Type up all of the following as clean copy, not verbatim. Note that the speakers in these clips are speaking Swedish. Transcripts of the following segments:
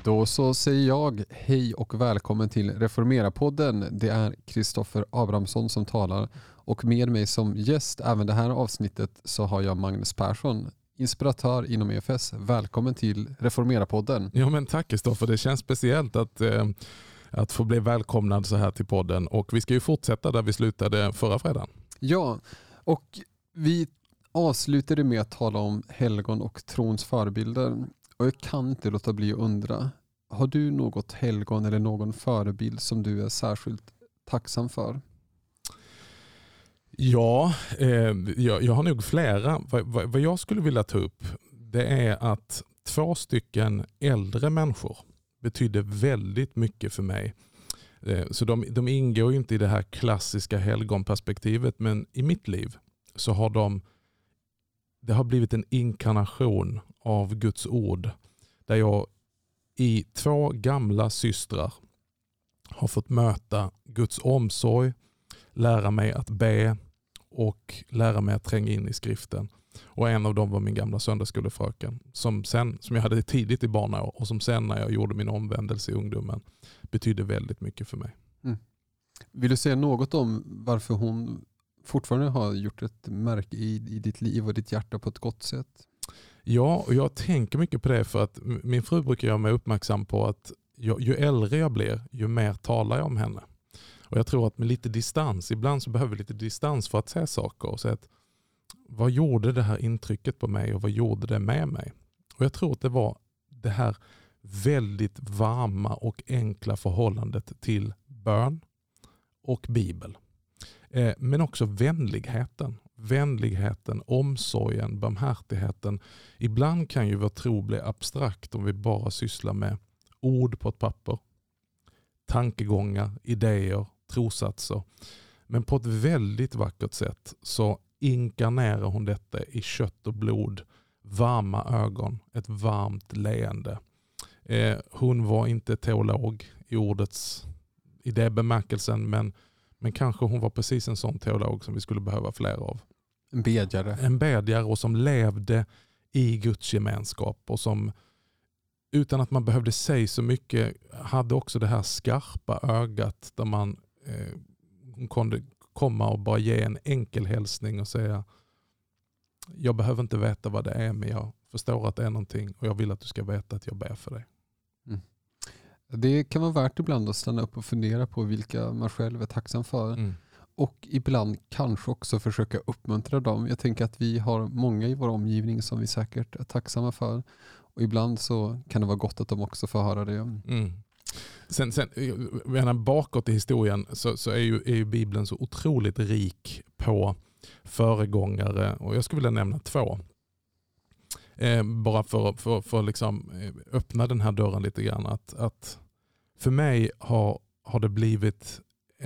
Då så säger jag hej och välkommen till Reformera-podden. Det är Kristoffer Abrahamsson som talar och med mig som gäst även det här avsnittet så har jag Magnus Persson, inspiratör inom EFS. Välkommen till Reformera-podden. Ja, men tack Kristoffer, det känns speciellt att få bli välkomnad så här till podden och vi ska ju fortsätta där vi slutade förra fredagen. Ja, och vi avslutade med att tala om helgon och trons förebilder. Och jag kan inte låta bli att undra, har du något helgon eller någon förebild som du är särskilt tacksam för? Ja, jag har nog flera. Vad jag skulle vilja ta upp det är att 2 stycken äldre människor betyder väldigt mycket för mig. Så de ingår ju inte i det här klassiska helgonperspektivet, men i mitt liv så har det har blivit en inkarnation av Guds ord där jag i 2 gamla systrar har fått möta Guds omsorg, lära mig att be och lära mig att tränga in i skriften. Och en av dem var min gamla söndagsskolefröken som jag hade tidigt i barnaår och som sen när jag gjorde min omvändelse i ungdomen betydde väldigt mycket för mig. Mm. Vill du säga något om varför hon fortfarande har gjort ett märke i ditt liv och ditt hjärta på ett gott sätt? Ja, och jag tänker mycket på det för att min fru brukar göra mig uppmärksam på att ju äldre jag blir, ju mer talar jag om henne. Och jag tror att med lite distans, ibland så behöver vi lite distans för att se saker och säga att vad gjorde det här intrycket på mig och vad gjorde det med mig? Och jag tror att det var det här väldigt varma och enkla förhållandet till bön och bibel. Men också vänligheten, omsorgen, barmhärtigheten. Ibland kan ju vår tro bli abstrakt om vi bara sysslar med ord på ett papper, tankegångar, idéer, trosatser. Men på ett väldigt vackert sätt så inkarnerar hon detta i kött och blod, varma ögon, ett varmt leende. Hon var inte teolog i det bemärkelsen, men kanske hon var precis en sån teolog som vi skulle behöva fler av. En bedjare och som levde i Guds gemenskap och som utan att man behövde säga så mycket hade också det här skarpa ögat där hon kunde komma och bara ge en enkel hälsning och säga jag behöver inte veta vad det är men jag förstår att det är någonting och jag vill att du ska veta att jag ber för dig. Mm. Det kan vara värt ibland att stanna upp och fundera på vilka man själv är tacksam för. Mm. Och ibland kanske också försöka uppmuntra dem. Jag tänker att vi har många i vår omgivning som vi säkert är tacksamma för. Och ibland så kan det vara gott att de också får höra det. Mm. Sen bakåt i historien så är ju Bibeln så otroligt rik på föregångare. Och jag skulle vilja nämna 2. Bara för liksom öppna den här dörren lite grann. Att för mig har det blivit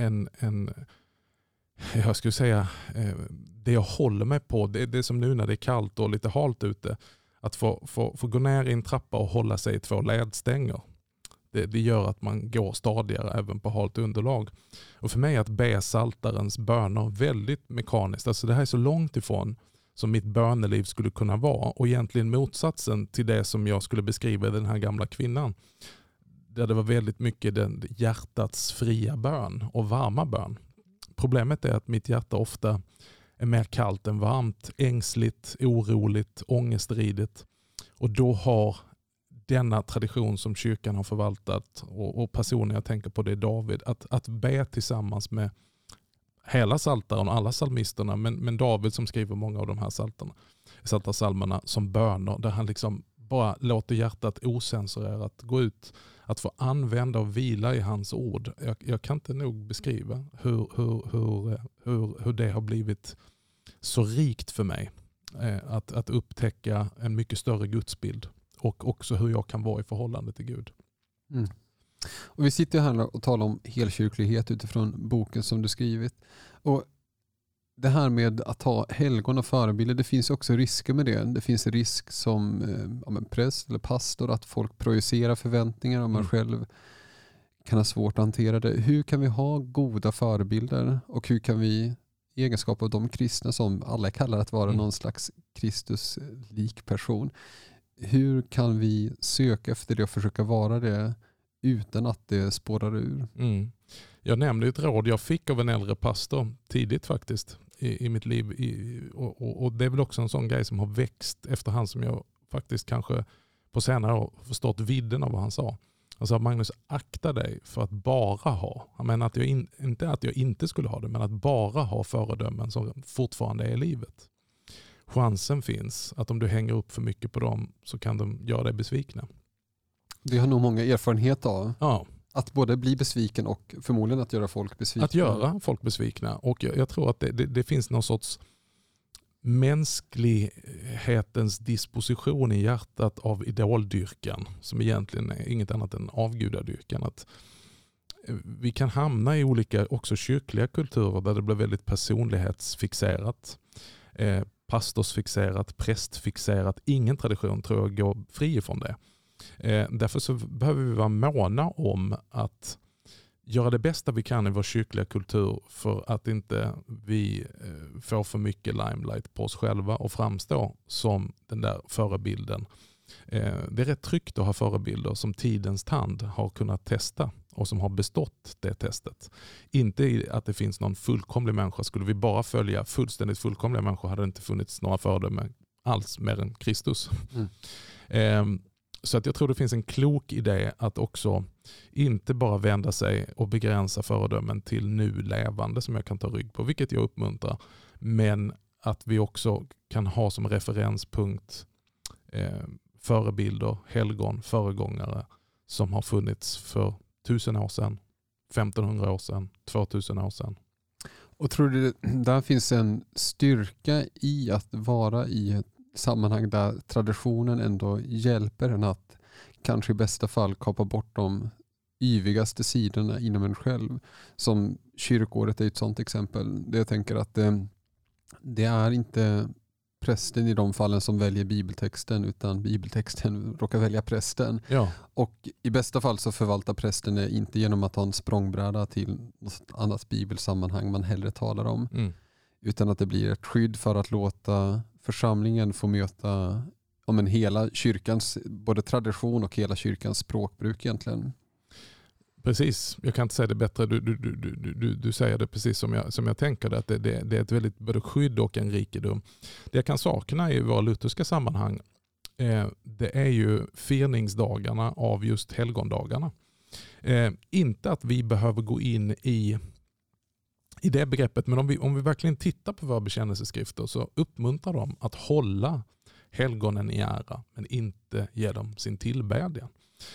jag skulle säga det jag håller mig på. Det är som nu när det är kallt och lite halt ute. Att få gå ner i en trappa och hålla sig i 2 ledstänger. Det gör att man går stadigare även på halt underlag. Och för mig att be saltarens böner väldigt mekaniskt. Alltså det här är så långt ifrån som mitt böneliv skulle kunna vara. Och egentligen motsatsen till det som jag skulle beskriva den här gamla kvinnan. Där det var väldigt mycket den hjärtats fria bön och varma bön. Problemet är att mitt hjärta ofta är mer kallt än varmt, ängsligt, oroligt, ångestridigt. Och då har denna tradition som kyrkan har förvaltat och personen jag tänker på det är David, att be tillsammans med hela saltaren och alla psalmisterna, men David som skriver många av de här saltarsalmerna som böner, där han liksom bara låter hjärtat osensurerat gå ut, att få använda och vila i hans ord. Jag kan inte nog beskriva hur det har blivit så rikt för mig att upptäcka en mycket större gudsbild och också hur jag kan vara i förhållande till Gud. Mm. Och vi sitter här och talar om helkyrklighet utifrån boken som du skrivit. Och det här med att ha helgon och förebilder, det finns också risker med det. Det finns risk som präst eller pastor att folk projicerar förväntningar och man själv kan ha svårt att hantera det. Hur kan vi ha goda förebilder och hur kan vi i egenskap av de kristna som alla kallar att vara någon slags Kristus-lik person, hur kan vi söka efter det och försöka vara det utan att det spårar ur? Jag nämnde ett råd jag fick av en äldre pastor tidigt faktiskt i mitt liv. Och det är väl också en sån grej som har växt efterhand som jag faktiskt kanske på senare år förstått vidden av vad han sa. Han sa: Magnus, akta dig för att bara ha. Han menar att inte att jag inte skulle ha det, men att bara ha föredömen som fortfarande är i livet. Chansen finns att om du hänger upp för mycket på dem så kan de göra dig besvikna. Det har nog många erfarenhet av. Ja. Att både bli besviken och förmodligen att göra folk besvikna. Att göra folk besvikna. Och jag tror att det finns någon sorts mänsklighetens disposition i hjärtat av idoldyrkan som egentligen är inget annat än avgudadyrkan. Att vi kan hamna i olika också kyrkliga kulturer där det blir väldigt personlighetsfixerat, pastorsfixerat, prästfixerat. Ingen tradition tror jag går fri från det. Därför så behöver vi vara måna om att göra det bästa vi kan i vår kyrkliga kultur för att inte vi får för mycket limelight på oss själva och framstå som den där förebilden. Det är rätt tryggt att ha förebilder som tidens tand har kunnat testa och som har bestått det testet. Inte att det finns någon fullkomlig människa. Skulle vi bara följa fullständigt fullkomliga människor hade det inte funnits några föredömen alls mer än Kristus. Så att jag tror det finns en klok idé att också inte bara vända sig och begränsa föredömen till nu levande som jag kan ta rygg på, vilket jag uppmuntrar. Men att vi också kan ha som referenspunkt förebilder, helgon, föregångare som har funnits för 1000 år sedan, 1500 år sedan, 2000 år sedan. Och tror du där finns en styrka i att vara i ett sammanhang där traditionen ändå hjälper en att kanske i bästa fall kapa bort de yvigaste sidorna inom en själv. Som kyrkåret är ett sådant exempel. Det jag tänker att det är inte prästen i de fallen som väljer bibeltexten utan bibeltexten råkar välja prästen. Ja. Och i bästa fall så förvaltar prästen det inte genom att ha en språngbräda till något annat bibelsammanhang man hellre talar om. Utan att det blir ett skydd för att låta församlingen få möta hela kyrkans både tradition och hela kyrkans språkbruk egentligen. Precis, jag kan inte säga det bättre. Du säger det precis som jag tänker det. Att det är ett väldigt både skydd och en rikedom. Det jag kan sakna i våra lutherska sammanhang det är ju firningsdagarna av just helgondagarna. Inte att vi behöver gå in i det begreppet, men om vi verkligen tittar på våra bekännelseskrifter så uppmuntrar de att hålla helgonen i ära men inte ge dem sin tillbedjan.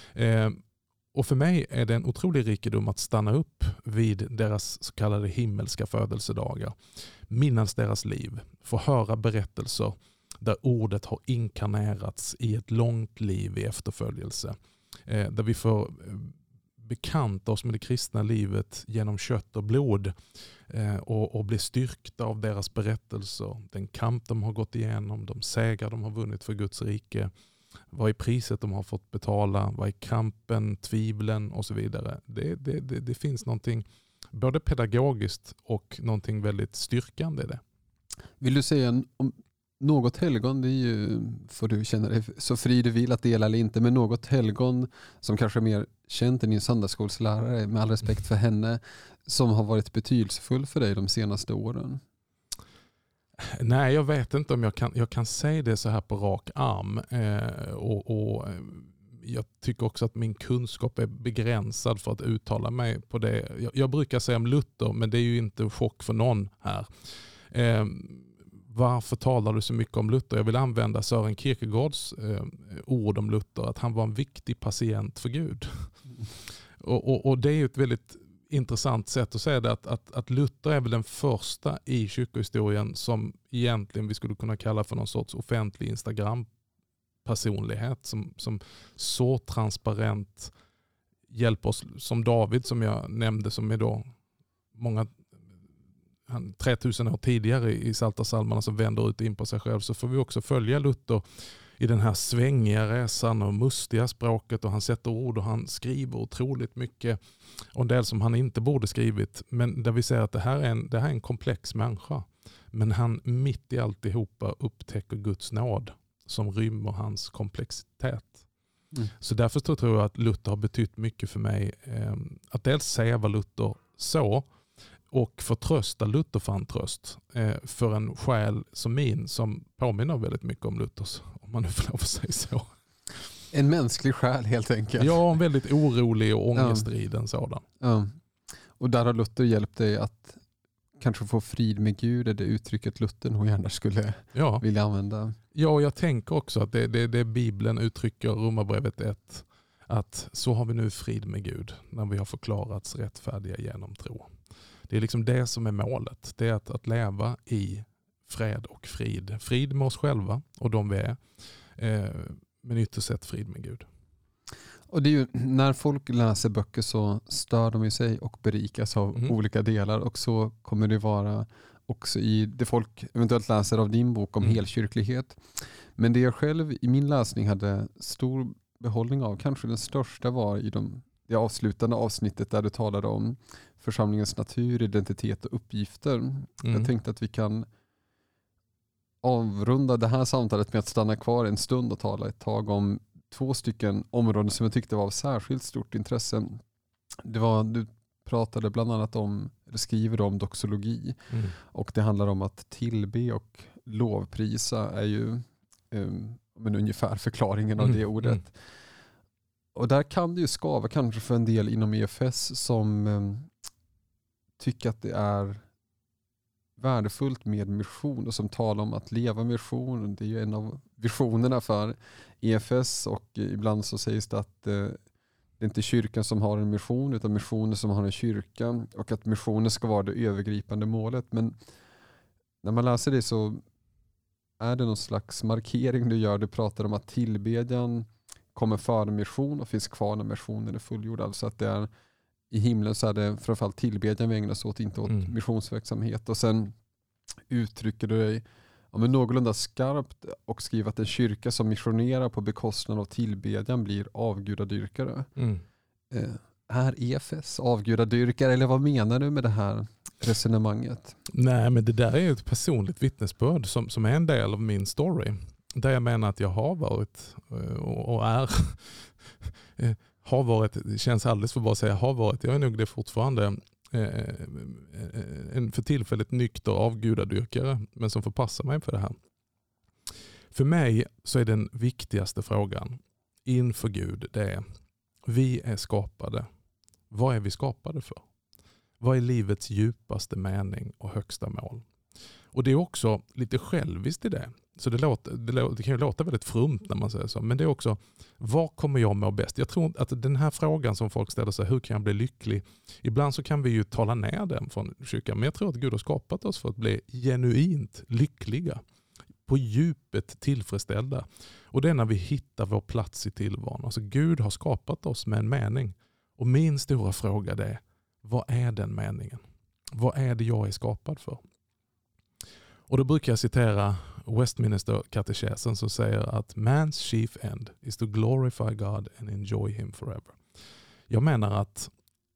Och för mig är det en otrolig rikedom att stanna upp vid deras så kallade himmelska födelsedagar. Minnas deras liv. Få höra berättelser där ordet har inkarnerats i ett långt liv i efterföljelse. Där vi får bekanta oss med det kristna livet genom kött och blod och bli styrkta av deras berättelser. Den kamp de har gått igenom, de segrar de har vunnit för Guds rike. Vad är priset de har fått betala? Vad är kampen, tvivlen och så vidare? Det finns någonting både pedagogiskt och någonting väldigt styrkande i det. Vill du säga om något helgon, det är ju, får du känna dig så fri du vill att dela eller inte, men något helgon som kanske är mer känt än din söndagsskolslärare, med all respekt för henne, som har varit betydelsefull för dig de senaste åren? Nej, jag vet inte om jag kan säga det så här på rak arm. Och jag tycker också att min kunskap är begränsad för att uttala mig på det. Jag brukar säga om Luther, men det är ju inte chock för någon här. Varför talar du så mycket om Luther? Jag vill använda Søren Kierkegaards ord om Luther, att han var en viktig patient för Gud. Och det är ju ett väldigt intressant sätt att säga det, att Luther är väl den första i kyrkohistorien som egentligen vi skulle kunna kalla för någon sorts offentlig Instagram-personlighet som så transparent hjälper oss, som David som jag nämnde, som är då många 3000 år tidigare i Psaltarpsalmerna som vänder ut in på sig själv, så får vi också följa Luther i den här svängiga resan och mustiga språket, och han sätter ord och han skriver otroligt mycket och en del som han inte borde skrivit, men där vi ser att det här är en komplex människa, men han mitt i alltihopa upptäcker Guds nåd som rymmer hans komplexitet. Så därför tror jag att Luther har betytt mycket för mig. Att dels se vad Luther så och förtrösta Luther för en tröst för en själ som min som påminner väldigt mycket om Luthers, om man nu får lov att säga så. En mänsklig själ helt enkelt. Ja, en väldigt orolig och ångestriden sådan. Ja. Och där har Luther hjälpt dig att kanske få frid med Gud, är det uttrycket Luther nog gärna skulle vilja använda. Ja, och jag tänker också att det Bibeln uttrycker, Romarbrevet 1, att så har vi nu frid med Gud när vi har förklarats rättfärdiga genom tro. Det är liksom det som är målet. Det är att leva i fred och frid. Frid med oss själva och de vi är. Men ytterst sett frid med Gud. Och det är ju, när folk läser böcker så stör de i sig och berikas av olika delar. Och så kommer det vara också i det folk eventuellt läser av din bok om helkyrklighet. Men det jag själv i min läsning hade stor behållning av, kanske den största, var i det avslutande avsnittet där du talade om församlingens natur, identitet och uppgifter. Jag tänkte att vi kan avrunda det här samtalet med att stanna kvar en stund och tala ett tag om 2 stycken områden som jag tyckte var av särskilt stort intresse. Du pratade bland annat om, eller skriver om doxologi. Och det handlar om att tillbe och lovprisa är ju men ungefär förklaringen av det ordet. Och där kan det ju skava kanske för en del inom EFS som tycker att det är värdefullt med mission och som talar om att leva mission. Det är ju en av visionerna för EFS, och ibland så sägs det att det är inte kyrkan som har en mission utan missionen som har en kyrka, och att missionen ska vara det övergripande målet. Men när man läser det så är det någon slags markering du gör. Du pratar om att tillbedjan kommer före mission och finns kvar när missionen är fullgjord. Alltså att det är i himlen så är det framförallt tillbedjan vi ägnar sig åt, inte åt missionsverksamhet. Och sen uttrycker du dig någorlunda skarpt och skriver att en kyrka som missionerar på bekostnad av tillbedjan blir avgudadyrkare. Är EFS avgudadyrkare, eller vad menar du med det här resonemanget? Nej, men det där är ett personligt vittnesbörd som är en del av min story. Där jag menar att jag har varit och är har varit, det känns alldeles för bara att säga har varit, jag är nog det fortfarande, en för tillfället nykter avgudadyrkare, men som får passa mig för det här. För mig så är den viktigaste frågan inför Gud, det är: vi är skapade. Vad är vi skapade för? Vad är livets djupaste mening och högsta mål? Och det är också lite själviskt i det. Så det kan ju låta väldigt frumt när man säger så. Men det är också, var kommer jag må bäst? Jag tror att den här frågan som folk ställer sig, hur kan jag bli lycklig? Ibland så kan vi ju tala ner den från kyrkan. Men jag tror att Gud har skapat oss för att bli genuint lyckliga. På djupet tillfredsställda. Och det är när vi hittar vår plats i tillvaron. Alltså Gud har skapat oss med en mening. Och min stora fråga är, vad är den meningen? Vad är det jag är skapad för? Och då brukar jag citera Westminster-katekesen som säger att man's chief end is to glorify God and enjoy him forever. Jag menar att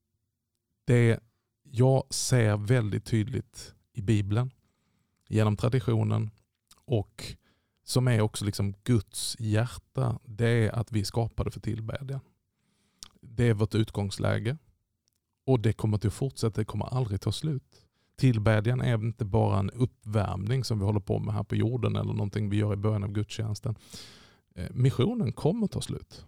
det jag ser väldigt tydligt i Bibeln, genom traditionen, och som är också liksom Guds hjärta, det är att vi är skapade för tillbedjan. Det är vårt utgångsläge och det kommer till att fortsätta, det kommer aldrig ta slut. Tillbedjan är inte bara en uppvärmning som vi håller på med här på jorden eller någonting vi gör i början av gudstjänsten. Missionen kommer ta slut.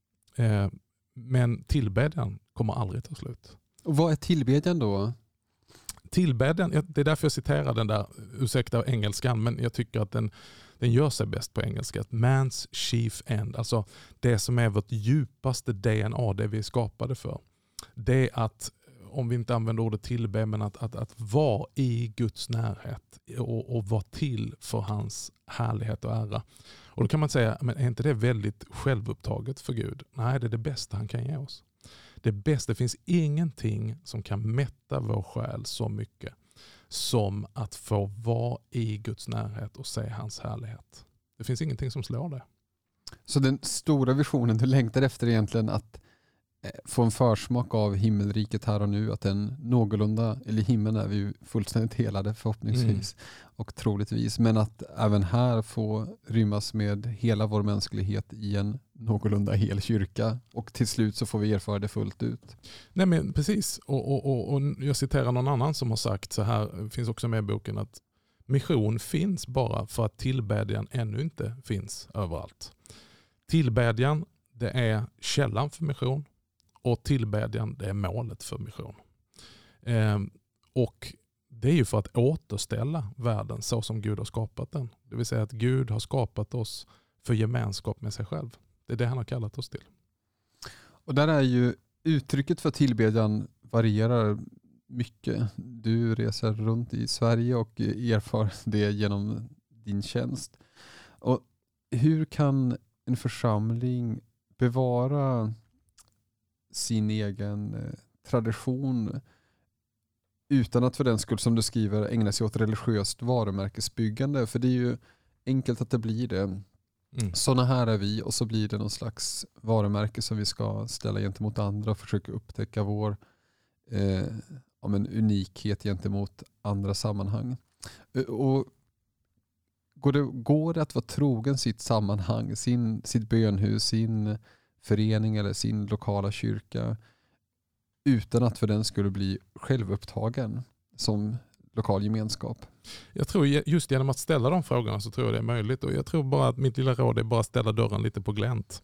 Men tillbedjan kommer aldrig ta slut. Och vad är tillbedjan då? Tillbedjan, det är därför jag citerar den där, ursäkta engelskan, men jag tycker att den gör sig bäst på engelska. Man's chief end, alltså det som är vårt djupaste DNA, det vi är skapade för. Det är att, om vi inte använder ordet tillbe, men att vara i Guds närhet och vara till för hans härlighet och ära. Och då kan man säga, men är inte det väldigt självupptaget för Gud? Nej, det är det bästa han kan ge oss. Det finns ingenting som kan mätta vår själ så mycket som att få vara i Guds närhet och se hans härlighet. Det finns ingenting som slår det. Så den stora visionen du längtar efter egentligen, att få en försmak av himmelriket här och nu, att den någorlunda, eller himlen är vi ju fullständigt helade förhoppningsvis och troligtvis, men att även här få rymmas med hela vår mänsklighet i en någorlunda hel kyrka, och till slut så får vi erfara det fullt ut. Nej men precis, och jag citerar någon annan som har sagt så här, finns också med i boken, att mission finns bara för att tillbedjan ännu inte finns överallt. Tillbedjan, det är källan för mission, och tillbedjan, det är målet för mission. Och det är ju för att återställa världen så som Gud har skapat den. Det vill säga att Gud har skapat oss för gemenskap med sig själv. Det är det han har kallat oss till. Och där är ju uttrycket för tillbedjan varierar mycket. Du reser runt i Sverige och erfar det genom din tjänst. Och hur kan en församling bevara sin egen tradition utan att för den skull, som du skriver, ägna sig åt religiöst varumärkesbyggande? För det är ju enkelt att det blir det. Såna här är vi, och så blir det någon slags varumärke som vi ska ställa gentemot andra och försöka upptäcka vår unikhet gentemot andra sammanhang. Och går det att vara trogen sitt sammanhang, sitt bönhus, sin förening eller sin lokala kyrka, utan att för den skulle bli självupptagen som lokal gemenskap? Jag tror just genom att ställa de frågorna så tror jag det är möjligt. Och jag tror bara att mitt lilla råd är bara att ställa dörren lite på glänt.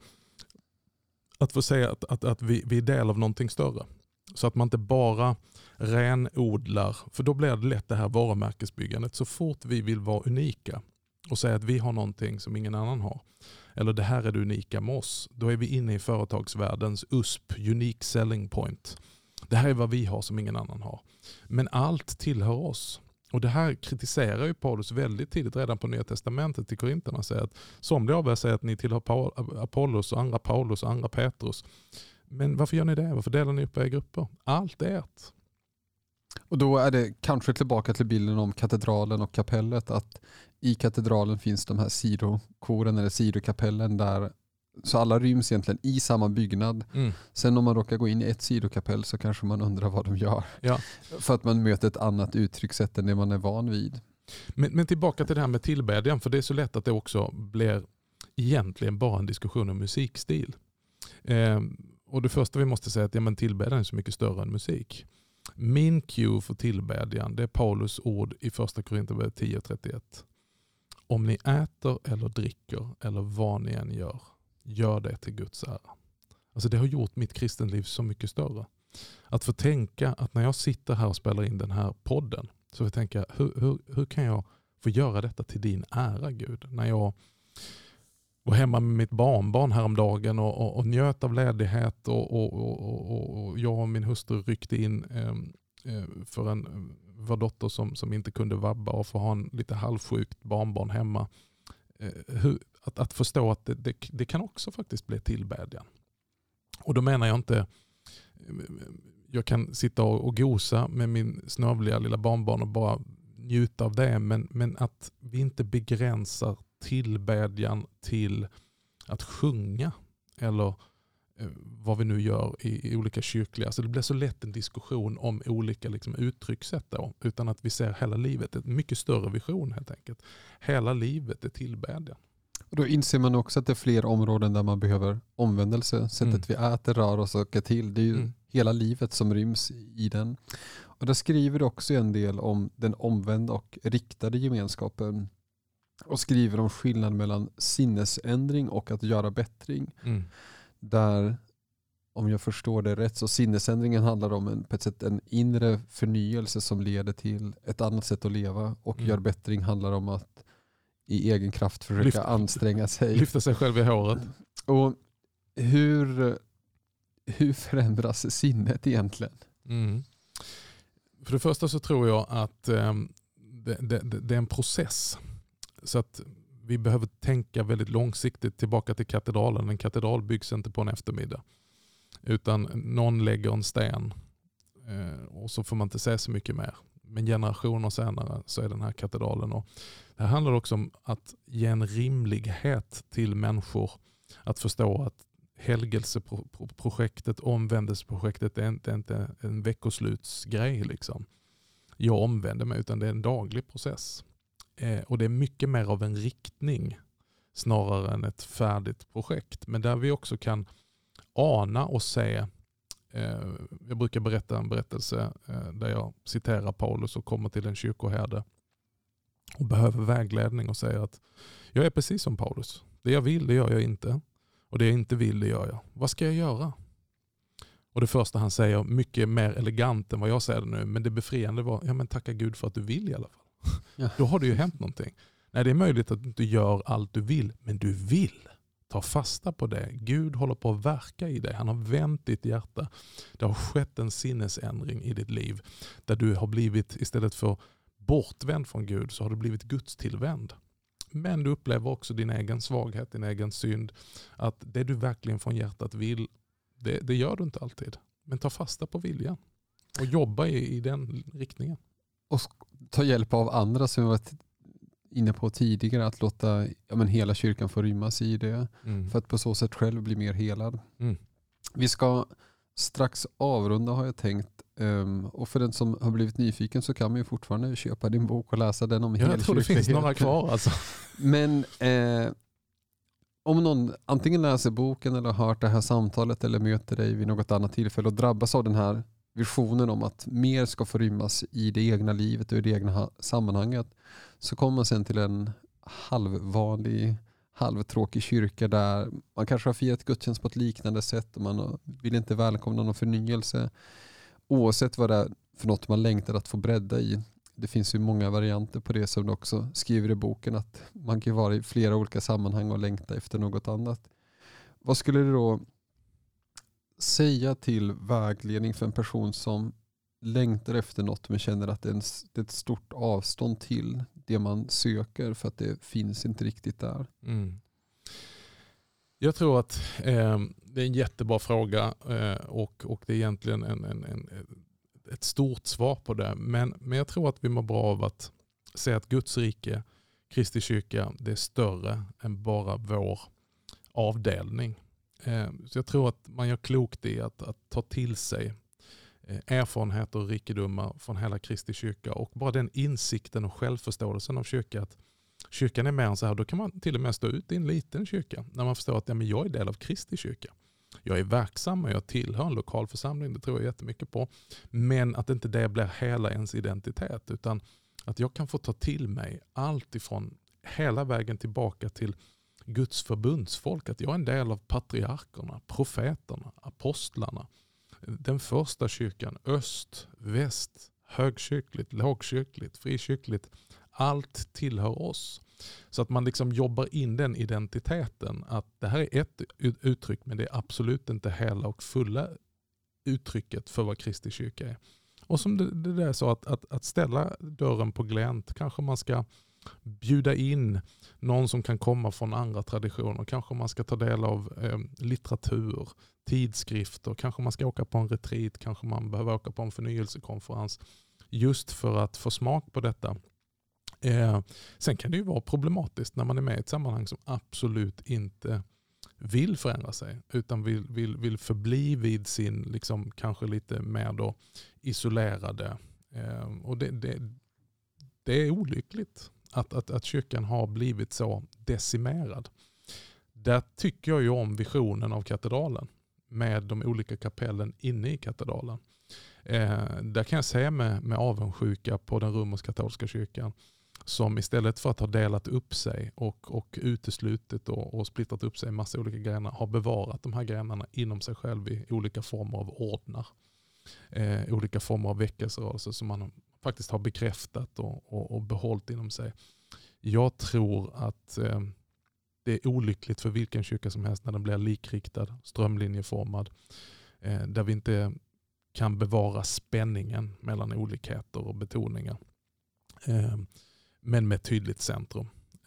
Att få säga att vi är del av någonting större. Så att man inte bara renodlar, för då blir det lätt det här varumärkesbyggandet. Så fort vi vill vara unika och säga att vi har någonting som ingen annan har, eller det här är det unika med oss, då är vi inne i företagsvärldens USP, Unique Selling Point. Det här är vad vi har som ingen annan har. Men allt tillhör oss. Och det här kritiserar ju Paulus väldigt tidigt redan på Nya Testamentet i Korinterna. Säger att somliga av er säger att ni tillhör Apollos och andra Paulus och andra Petrus. Men varför gör ni det? Varför delar ni upp er i grupper? Allt är ett. Och då är det kanske tillbaka till bilden om katedralen och kapellet, att i katedralen finns de här sidokoren eller sidokapellen där, så alla ryms egentligen i samma byggnad. Sen om man råkar gå in i ett sidokapell så kanske man undrar vad de gör. Ja. För att man möter ett annat uttryckssätt än det man är van vid. Men tillbaka till det här med tillbedjan, för det är så lätt att det också blir egentligen bara en diskussion om musikstil. Och det första vi måste säga är att tillbedjan är så mycket större än musik. Min cue för tillbedjan, det är Paulus ord i första Korinthierbrevet 10:31. Om ni äter eller dricker eller vad ni än gör det till Guds ära. Alltså det har gjort mitt kristenliv så mycket större. Att få tänka att när jag sitter här och spelar in den här podden, så får jag tänka, hur kan jag få göra detta till din ära, Gud? När jag var hemma med mitt barnbarn häromdagen och njöt av ledighet och jag och min hustru ryckte in för vår dotter som inte kunde vabba och få ha en lite halvsjukt barnbarn hemma. Att förstå att det kan också faktiskt bli tillbedjan. Och då menar jag inte, jag kan sitta och gosa med min snövliga lilla barnbarn och bara njuta av det, men att vi inte begränsar tillbedjan till att sjunga eller vad vi nu gör i olika kyrkliga. Så det blir så lätt en diskussion om olika uttryckssätt då, utan att vi ser hela livet, en mycket större vision helt enkelt. Hela livet är tillbedjan. Och då inser man också att det är fler områden där man behöver omvändelse. Sättet vi äter, rör oss och är till. Det är ju hela livet som ryms i den. Och där skriver du också en del om den omvända och riktade gemenskapen. Och skriver om skillnad mellan sinnesändring och att göra bättring. Där, om jag förstår det rätt, så sinnesändringen handlar om på ett sätt en inre förnyelse som leder till ett annat sätt att leva. Och gör bättring handlar om att i egen kraft försöka anstränga sig. Lyfta sig själv i håret. Och hur förändras sinnet egentligen? För det första så tror jag att det är en process. Så att vi behöver tänka väldigt långsiktigt tillbaka till katedralen. En katedral byggs inte på en eftermiddag. Utan någon lägger en sten och så får man inte säga så mycket mer. Men generationer senare så är den här katedralen. Och det här handlar också om att ge en rimlighet till människor. Att förstå att helgelseprojektet, omvändelseprojektet är inte en veckoslutsgrej liksom. Jag omvänder mig, utan det är en daglig process. Och det är mycket mer av en riktning snarare än ett färdigt projekt. Men där vi också kan ana och se. Jag brukar berätta en berättelse där jag citerar Paulus och kommer till en kyrkoherde och behöver vägledning och säger att jag är precis som Paulus. Det jag vill, det gör jag inte. Och det jag inte vill, det gör jag. Vad ska jag göra? Och det första han säger, mycket mer elegant än vad jag säger nu, men det befriande var, ja men tacka Gud för att du vill i alla fall. Ja. Då har det ju hänt någonting. Nej, det är möjligt att du inte gör allt du vill, men du vill. Ta fasta på det. Gud håller på att verka i dig. Han har vänt ditt hjärta. Det har skett en sinnesändring i ditt liv. Där du har blivit, istället för bortvänd från Gud, så har du blivit Guds tillvänd. Men du upplever också din egen svaghet, din egen synd. Att det du verkligen från hjärtat vill, det gör du inte alltid. Men ta fasta på viljan. Och jobba i den riktningen. Och ta hjälp av andra som vi varit inne på tidigare. Att låta hela kyrkan få rymmas i det. För att på så sätt själv bli mer helad. Vi ska strax avrunda, har jag tänkt. Och för den som har blivit nyfiken så kan man ju fortfarande köpa din bok och läsa den om helkyrklighet. Jag tror det finns några kvar alltså. Men om någon antingen läser boken eller har hört det här samtalet eller möter dig vid något annat tillfälle och drabbas av den här visionen om att mer ska få rymmas i det egna livet och i det egna sammanhanget, så kommer man sen till en halvvanlig, halvtråkig kyrka där man kanske har firat gudstjänst på ett liknande sätt och man vill inte välkomna någon förnyelse. Oavsett vad det är för något man längtar att få bredda i. Det finns ju många varianter på det som du också skriver i boken, att man kan vara i flera olika sammanhang och längta efter något annat. Vad skulle du då säga till vägledning för en person som längtar efter något men känner att det är ett stort avstånd till det man söker för att det finns inte riktigt där? Jag tror att det är en jättebra fråga och det är egentligen ett stort svar på det. Men jag tror att vi mår bra av att säga att Guds rike, Kristi kyrka, det är större än bara vår avdelning. Så jag tror att man gör klokt i att ta till sig erfarenheter och rikedomar från hela Kristi kyrka och bara den insikten och självförståelsen av kyrkan, att kyrkan är mer än så här. Då kan man till och med stå ut i en liten kyrka när man förstår att jag är del av Kristi kyrka. Jag är verksam och jag tillhör en lokal församling, det tror jag jättemycket på. Men att inte det blir hela ens identitet, utan att jag kan få ta till mig allt ifrån hela vägen tillbaka till Guds förbundsfolk. Att jag är en del av patriarkerna, profeterna, apostlarna. Den första kyrkan, öst, väst, högkyrkligt, lågkyrkligt, frikyrkligt. Allt tillhör oss. Så att man liksom jobbar in den identiteten. Att det här är ett uttryck, men det är absolut inte hela och fulla uttrycket för vad Kristi kyrka är. Och som det är så att ställa dörren på glänt. Kanske man ska bjuda in någon som kan komma från andra traditioner. Kanske man ska ta del av litteratur, tidskrifter. Kanske man ska åka på en retreat. Kanske man behöver åka på en förnyelsekonferens. Just för att få smak på detta. Sen kan det ju vara problematiskt när man är med i ett sammanhang som absolut inte vill förändra sig, utan vill förbli vid sin liksom, kanske lite mer då isolerade. Och det är olyckligt att kyrkan har blivit så decimerad. Där tycker jag ju om visionen av katedralen med de olika kapellen inne i katedralen. Där kan jag säga med avundsjuka på den romersk-katolska kyrkan, som istället för att ha delat upp sig och uteslutit och splittrat upp sig i massa olika grenar, har bevarat de här grenarna inom sig själv i olika former av ordnar. Olika former av väckelserörelser som man faktiskt har bekräftat och behållit inom sig. Jag tror att det är olyckligt för vilken kyrka som helst när den blir likriktad, strömlinjeformad, där vi inte kan bevara spänningen mellan olikheter och betoningar. Men med tydligt centrum.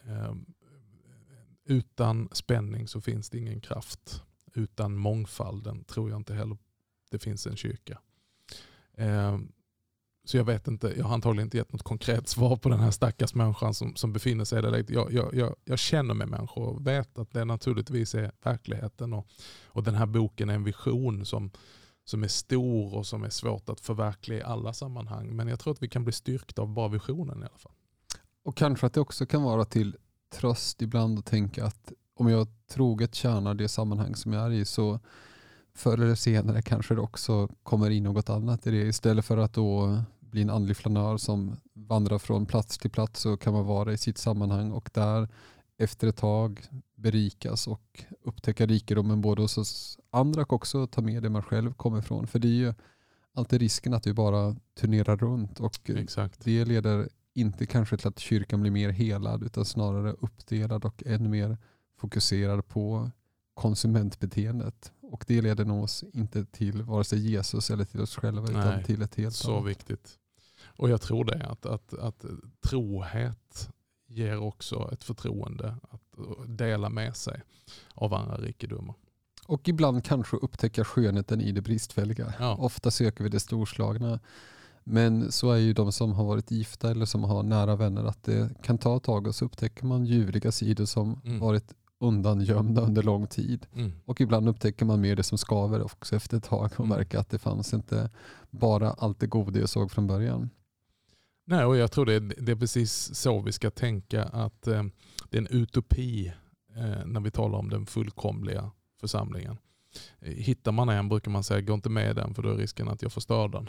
Utan spänning så finns det ingen kraft. Utan mångfalden tror jag inte heller det finns en kyrka. Så jag vet inte, jag har antagligen inte gett något konkret svar på den här stackars människan som befinner sig i det läget. Jag känner med människor och vet att det naturligtvis är verkligheten. Och den här boken är en vision som är stor och som är svårt att förverkliga i alla sammanhang. Men jag tror att vi kan bli styrkta av bara visionen i alla fall. Och kanske att det också kan vara till tröst ibland att tänka att om jag troget tjänar det sammanhang som jag är i, så förr eller senare kanske det också kommer in något annat i det. Istället för att då bli en andlig flanör som vandrar från plats till plats, så kan man vara i sitt sammanhang och där efter ett tag berikas och upptäcka rikedomen både hos oss andra och också ta med det man själv kommer ifrån. För det är ju alltid risken att vi bara turnerar runt, och Exakt. det leder inte kanske till att kyrkan blir mer helad, utan snarare uppdelad och ännu mer fokuserad på konsumentbeteendet. Och det leder nog oss inte till vare sig Jesus eller till oss själva, utan till ett helt så annat. viktigt. Och jag tror det att trohet ger också ett förtroende att dela med sig av andra rikedomar. Och ibland kanske upptäcka skönheten i det bristfälliga. Ja. Ofta söker vi det storslagna. Men så är ju de som har varit gifta eller som har nära vänner, att det kan ta ett tag och så upptäcker man ljuvliga sidor som varit undangömda under lång tid. Och ibland upptäcker man mer det som skaver också efter ett tag och märker att det fanns inte bara allt det goda jag såg från början. Nej, och jag tror det är precis så vi ska tänka, att det är en utopi när vi talar om den fullkomliga församlingen. Hittar man en, brukar man säga, gå inte med den för då är risken att jag förstör den.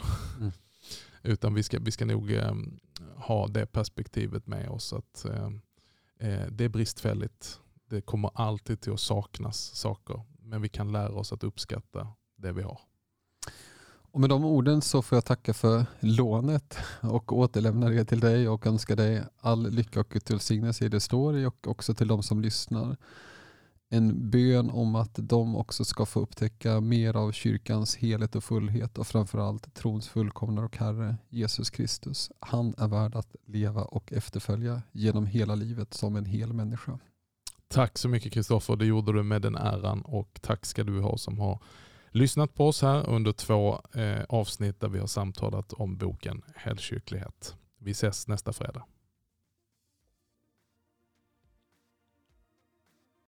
Utan vi ska nog ha det perspektivet med oss, att det är bristfälligt. Det kommer alltid till att saknas saker, men vi kan lära oss att uppskatta det vi har. Och med de orden så får jag tacka för lånet och återlämna det till dig och önska dig all lycka och välsignelse i det står i, och också till de som lyssnar. En bön om att de också ska få upptäcka mer av kyrkans helhet och fullhet, och framförallt trons fullkomnare och Herre Jesus Kristus. Han är värd att leva och efterfölja genom hela livet som en hel människa. Tack så mycket Kristoffer, det gjorde du med den äran, och tack ska du ha som har lyssnat på oss här under 2 avsnitt där vi har samtalat om boken Helgkyrklighet. Vi ses nästa fredag.